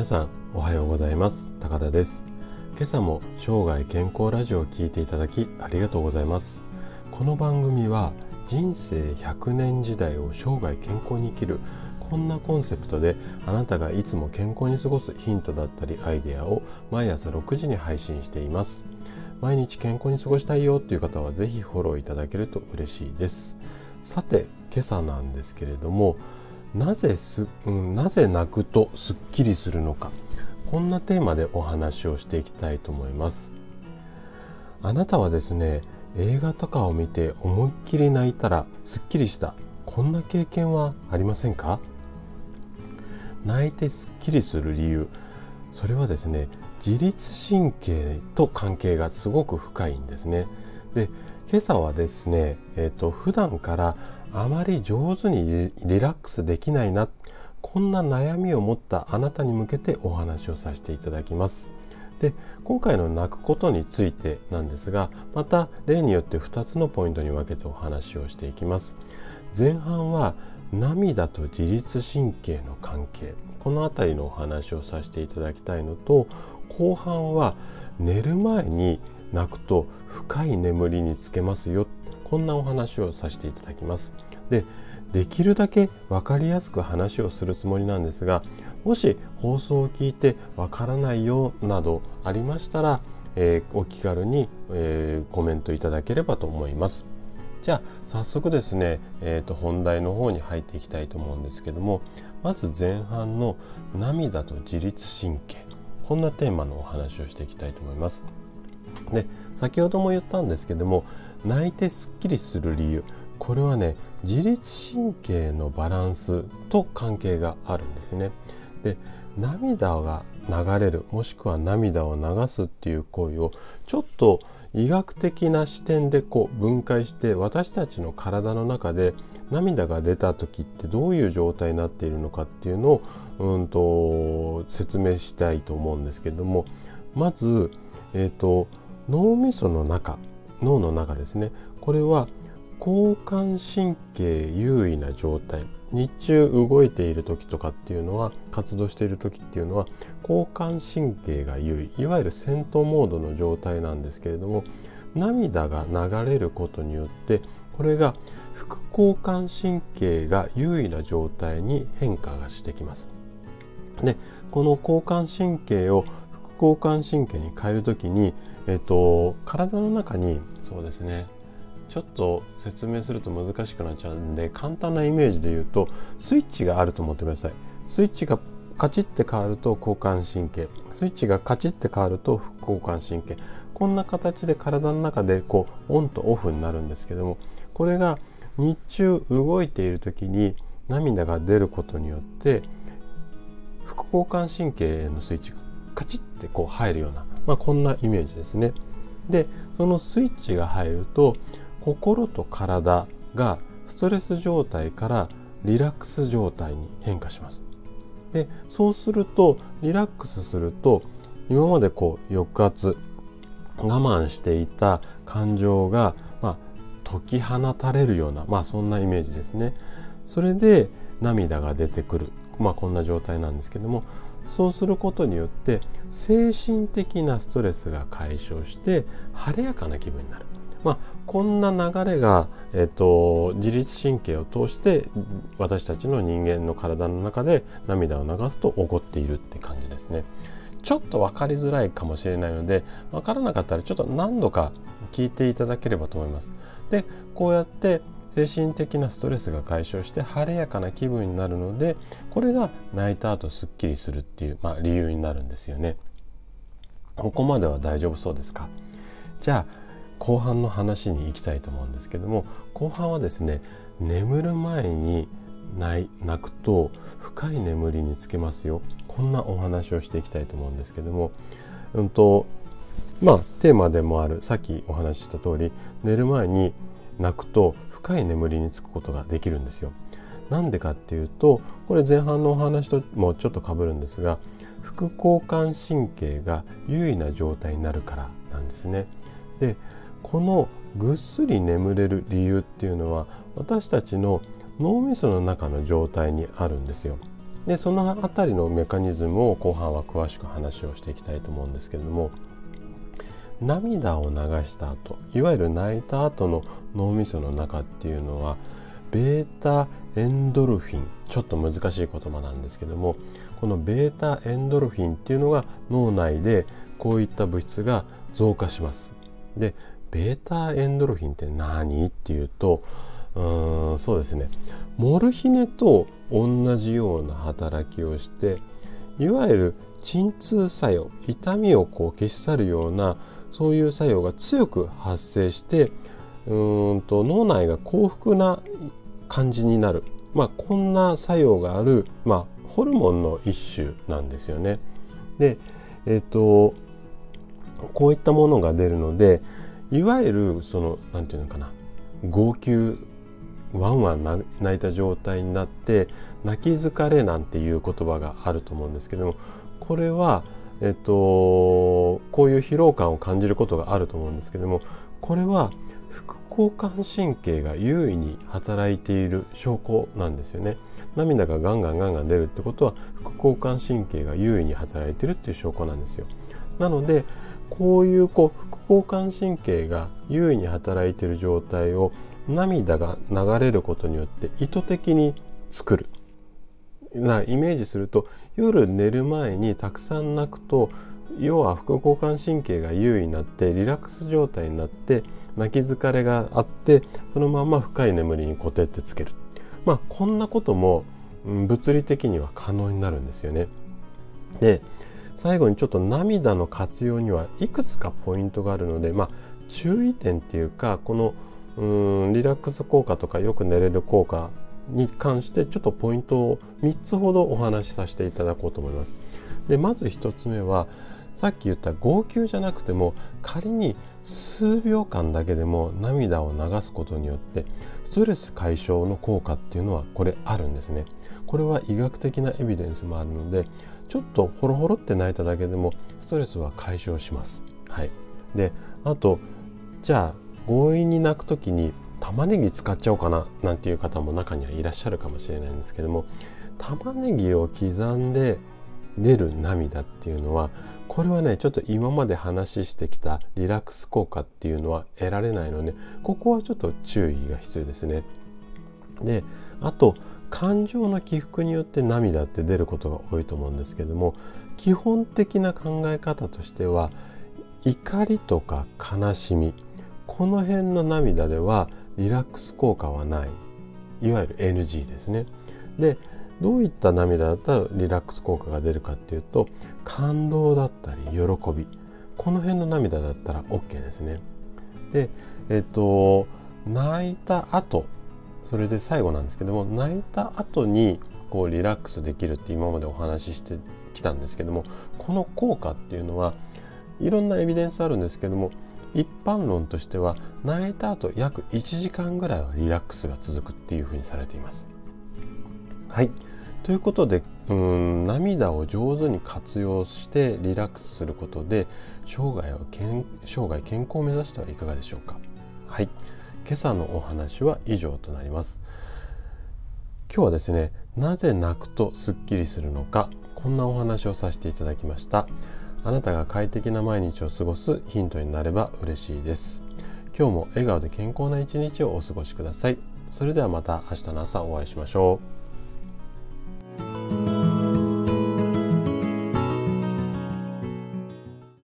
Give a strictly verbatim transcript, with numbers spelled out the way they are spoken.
さんおはようございます。高田です。今朝も生涯健康ラジオを聞いていただきありがとうございます。この番組は人生ひゃくねん時代を生涯健康に生きる、こんなコンセプトであなたがいつも健康に過ごすヒントだったりアイデアを毎朝ろくじに配信しています。毎日健康に過ごしたいよという方はぜひフォローいただけると嬉しいです。さて今朝なんですけれども、なぜす、うん、なぜ泣くとすっきりするのか、こんなテーマでお話をしていきたいと思います。あなたはですね、映画とかを見て思いっきり泣いたらすっきりした、こんな経験はありませんか？泣いてすっきりする理由、それはですね、自律神経と関係がすごく深いんですね。で、今朝はですね、えっと、普段からあまり上手にリラックスできないな、こんな悩みを持ったあなたに向けてお話をさせていただきます。で、今回の泣くことについてなんですが、また例によってふたつのポイントに分けてお話をしていきます。前半は涙と自律神経の関係、このあたりのお話をさせていただきたいのと、後半は寝る前に泣くと深い眠りにつけますよ、こんなお話をさせていただきます。で、できるだけ分かりやすく話をするつもりなんですが、もし放送を聞いて分からないよなどありましたら、えー、お気軽に、えー、コメントいただければと思います。じゃあ早速ですね、えーと、本題の方に入っていきたいと思うんですけども、まず前半の涙と自律神経、こんなテーマのお話をしていきたいと思います。で、先ほども言ったんですけども、泣いてすっきりする理由、これはね、自律神経のバランスと関係があるんですね。で、涙が流れる、もしくは涙を流すっていう行為をちょっと医学的な視点でこう分解して、私たちの体の中で涙が出た時ってどういう状態になっているのかっていうのをうんと説明したいと思うんですけれども、まず、えーと、脳みその中、脳の中ですね、これは交感神経優位な状態、日中動いている時とかっていうのは、活動している時っていうのは交感神経が優位、いわゆる戦闘モードの状態なんですけれども、涙が流れることによってこれが副交感神経が優位な状態に変化がしてきます。で、この交感神経を副交感神経に変えるときに、えっと、体の中に、そうですね、ちょっと説明すると難しくなっちゃうんで、簡単なイメージで言うと、スイッチがあると思ってください。スイッチがカチッて変わると交感神経、スイッチがカチッて変わると副交感神経、こんな形で体の中でこうオンとオフになるんですけども、これが日中動いている時に涙が出ることによって副交感神経のスイッチがカチッてこう入るような、まあ、こんなイメージですね。で、そのスイッチが入ると心と体がストレス状態からリラックス状態に変化します。で、そうするとリラックスすると、今までこう抑圧、我慢していた感情が、まあ、解き放たれるような、まあそんなイメージですね。それで涙が出てくる、まあこんな状態なんですけども、そうすることによって精神的なストレスが解消して晴れやかな気分になる。まあこんな流れが、えっと、自律神経を通して私たちの人間の体の中で涙を流すと起こっているって感じですね。ちょっと分かりづらいかもしれないので、分からなかったらちょっと何度か聞いていただければと思います。で、こうやって精神的なストレスが解消して晴れやかな気分になるので、これが泣いた後すっきりするっていう、まあ、理由になるんですよね。ここまでは大丈夫そうですか？じゃあ後半の話に行きたいと思うんですけども、後半はですね、眠る前に泣くと深い眠りにつけますよ、こんなお話をしていきたいと思うんですけども、うんとまあテーマでもある、さっきお話しした通り、寝る前に泣くと深い眠りにつくことができるんですよ。なんでかっていうと、これ前半のお話ともちょっと被るんですが、副交感神経が優位な状態になるからなんですね。で、このぐっすり眠れる理由っていうのは、私たちの脳みその中の状態にあるんですよ。 でそのあたりのメカニズムを後半は詳しく話をしていきたいと思うんですけれども、涙を流した後、いわゆる泣いた後の脳みその中っていうのはベータエンドルフィン、ちょっと難しい言葉なんですけども、このベータエンドルフィンっていうのが脳内でこういった物質が増加します。でベータエンドルフィンって何っていうと、うーんそうですねモルヒネと同じような働きをして、いわゆる鎮痛作用、痛みをこう消し去るようなそういう作用が強く発生して、うーんと脳内が幸福な感じになる、まあ、こんな作用がある、まあ、ホルモンの一種なんですよね。で、えっとこういったものが出るので、いわゆるそのなんていうのかな、号泣ワンワン泣いた状態になって泣き疲れなんていう言葉があると思うんですけども、これはえっとこういう疲労感を感じることがあると思うんですけども、これは副交感神経が優位に働いている証拠なんですよね。涙がガンガンガンガン出るってことは副交感神経が優位に働いているっていう証拠なんですよ。なのでこういうこう副交感神経が優位に働いている状態を涙が流れることによって意図的に作るなイメージすると、夜寝る前にたくさん泣くと、要は副交感神経が優位になってリラックス状態になって泣き疲れがあって、そのまま深い眠りにコテってつける。まあこんなことも、うん、物理的には可能になるんですよね。で最後にちょっと涙の活用にはいくつかポイントがあるので、まあ注意点っていうか、このうーんリラックス効果とかよく寝れる効果に関してちょっとポイントをみっつほどお話しさせていただこうと思います。でまずひとつめは、さっき言った号泣じゃなくても仮に数秒間だけでも涙を流すことによってストレス解消の効果っていうのはこれあるんですね。これは医学的なエビデンスもあるので、ちょっとホロホロって泣いただけでもストレスは解消します。はい。であとじゃあ強引に泣くときに玉ねぎ使っちゃおうかななんていう方も中にはいらっしゃるかもしれないんですけども、玉ねぎを刻んで出る涙っていうのは、これはねちょっと今まで話してきたリラックス効果っていうのは得られないので、ここはちょっと注意が必要ですね。であと感情の起伏によって涙って出ることが多いと思うんですけども、基本的な考え方としては怒りとか悲しみ、この辺の涙ではリラックス効果はない、いわゆる エヌジー ですね。でどういった涙だったらリラックス効果が出るかっていうと、感動だったり喜び、この辺の涙だったら OK ですね。でえっと泣いた後、それで最後なんですけども、泣いた後にこうリラックスできるって今までお話ししてきたんですけども、この効果っていうのはいろんなエビデンスあるんですけども、一般論としては泣いた後約いちじかんぐらいはリラックスが続くっていうふうにされています。はい。ということで、うーん涙を上手に活用してリラックスすることで生涯を健生涯健康を目指してはいかがでしょうか。はい。今朝のお話は以上となります。今日はですね、なぜ泣くとスッキリするのか、こんなお話をさせていただきました。あなたが快適な毎日を過ごすヒントになれば嬉しいです。今日も笑顔で健康な一日をお過ごしください。それではまた明日の朝お会いしましょう。